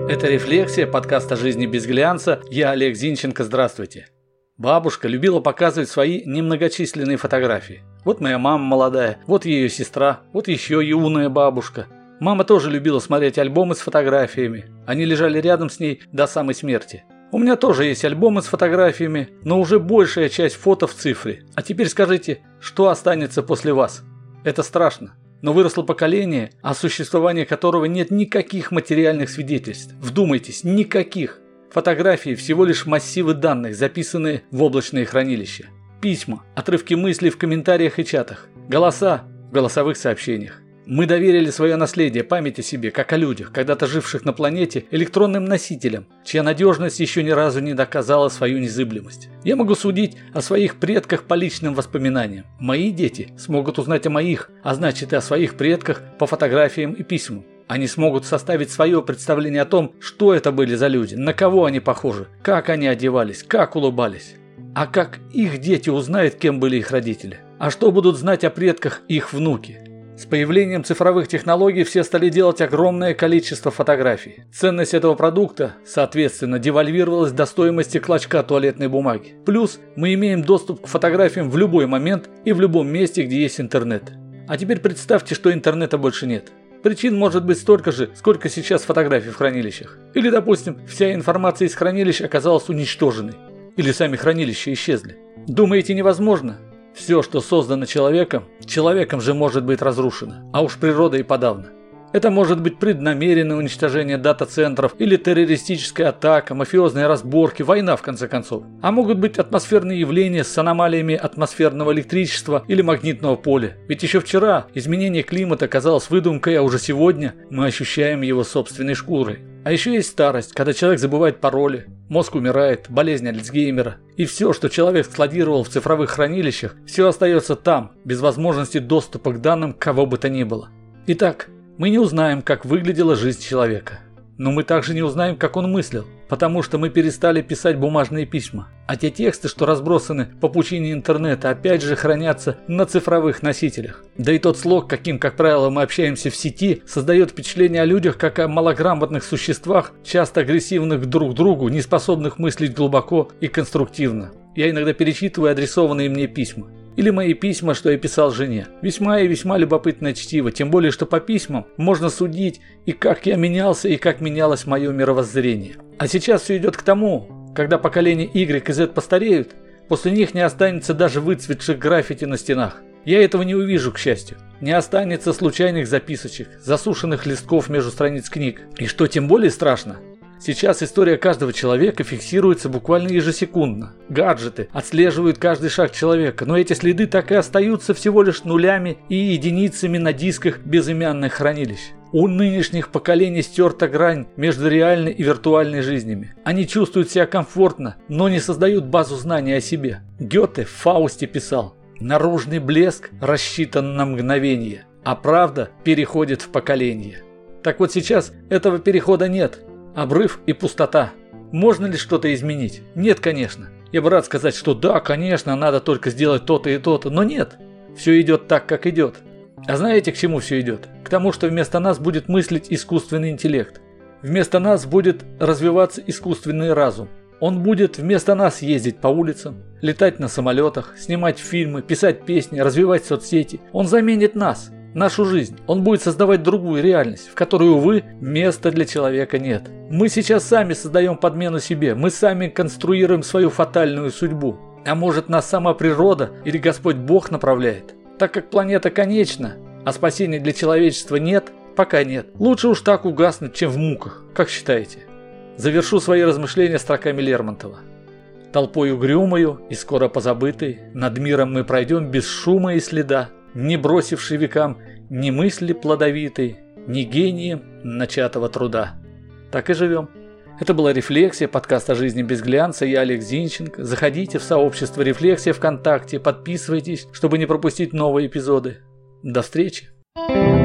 Это «Рефлексия», подкаст о жизни без глянца. Я Олег Зинченко, здравствуйте. Бабушка любила показывать свои немногочисленные фотографии. Вот моя мама молодая, вот ее сестра, вот еще юная бабушка. Мама тоже любила смотреть альбомы с фотографиями. Они лежали рядом с ней до самой смерти. У меня тоже есть альбомы с фотографиями, но уже большая часть фото в цифре. А теперь скажите, что останется после вас? Это страшно. Но выросло поколение, о существовании которого нет никаких материальных свидетельств. Вдумайтесь, никаких. Фотографии всего лишь массивы данных, записанные в облачные хранилища. Письма, отрывки мыслей в комментариях и чатах. Голоса в голосовых сообщениях. Мы доверили свое наследие, память о себе, как о людях, когда-то живших на планете, электронным носителям, чья надежность еще ни разу не доказала свою незыблемость. Я могу судить о своих предках по личным воспоминаниям. Мои дети смогут узнать о моих, а значит и о своих предках по фотографиям и письмам. Они смогут составить свое представление о том, что это были за люди, на кого они похожи, как они одевались, как улыбались. А как их дети узнают, кем были их родители? А что будут знать о предках их внуки? С появлением цифровых технологий все стали делать огромное количество фотографий. Ценность этого продукта, соответственно, девальвировалась до стоимости клочка туалетной бумаги. Плюс мы имеем доступ к фотографиям в любой момент и в любом месте, где есть интернет. А теперь представьте, что интернета больше нет. Причин может быть столько же, сколько сейчас фотографий в хранилищах. Или, допустим, вся информация из хранилищ оказалась уничтоженной. Или сами хранилища исчезли. Думаете, невозможно? Все, что создано человеком же может быть разрушено, а уж природой и подавно. Это может быть преднамеренное уничтожение дата-центров или террористическая атака, мафиозные разборки, война в конце концов. А могут быть атмосферные явления с аномалиями атмосферного электричества или магнитного поля. Ведь еще вчера изменение климата казалось выдумкой, а уже сегодня мы ощущаем его собственной шкурой. А еще есть старость, когда человек забывает пароли, мозг умирает, болезнь Альцгеймера. И все, что человек складировал в цифровых хранилищах, все остается там, без возможности доступа к данным кого бы то ни было. Итак, мы не узнаем, как выглядела жизнь человека. Но мы также не узнаем, как он мыслил, потому что мы перестали писать бумажные письма. А те тексты, что разбросаны по пучине интернета, опять же хранятся на цифровых носителях. Да и тот слог, каким, как правило, мы общаемся в сети, создает впечатление о людях, как о малограмотных существах, часто агрессивных друг к другу, не способных мыслить глубоко и конструктивно. Я иногда перечитываю адресованные мне письма. Или мои письма, что я писал жене. Весьма и весьма любопытное чтиво, тем более, что по письмам можно судить и как я менялся, и как менялось мое мировоззрение. А сейчас все идет к тому, когда поколения Y и Z постареют, после них не останется даже выцветших граффити на стенах. Я этого не увижу, к счастью. Не останется случайных записочек, засушенных листков между страниц книг. И что тем более страшно, сейчас история каждого человека фиксируется буквально ежесекундно. Гаджеты отслеживают каждый шаг человека, но эти следы так и остаются всего лишь нулями и единицами на дисках безымянных хранилищ. У нынешних поколений стерта грань между реальной и виртуальной жизнями. Они чувствуют себя комфортно, но не создают базу знаний о себе. Гёте в Фаусте писал: «Наружный блеск рассчитан на мгновение, а правда переходит в поколение». Так вот сейчас этого перехода нет. Обрыв и пустота. Можно ли что-то изменить? Нет, конечно. Я бы рад сказать, что да, конечно, надо только сделать то-то и то-то, но нет. Все идет так, как идет. А знаете, к чему все идет? К тому, что вместо нас будет мыслить искусственный интеллект. Вместо нас будет развиваться искусственный разум. Он будет вместо нас ездить по улицам, летать на самолетах, снимать фильмы, писать песни, развивать соцсети. Он заменит нас. Нашу жизнь. Он будет создавать другую реальность, в которой, увы, места для человека нет. Мы сейчас сами создаем подмену себе, мы сами конструируем свою фатальную судьбу. А может, нас сама природа или Господь Бог направляет? Так как планета конечна, а спасения для человечества нет, пока нет. Лучше уж так угаснуть, чем в муках, как считаете? Завершу свои размышления строками Лермонтова. Толпой угрюмою и скоро позабытой, над миром мы пройдем без шума и следа, не бросивший векам ни мысли плодовитой, ни гением начатого труда. Так и живем. Это была «Рефлексия», подкаст о жизни без глянца. Я Олег Зинченко. Заходите в сообщество «Рефлексия» ВКонтакте, подписывайтесь, чтобы не пропустить новые эпизоды. До встречи!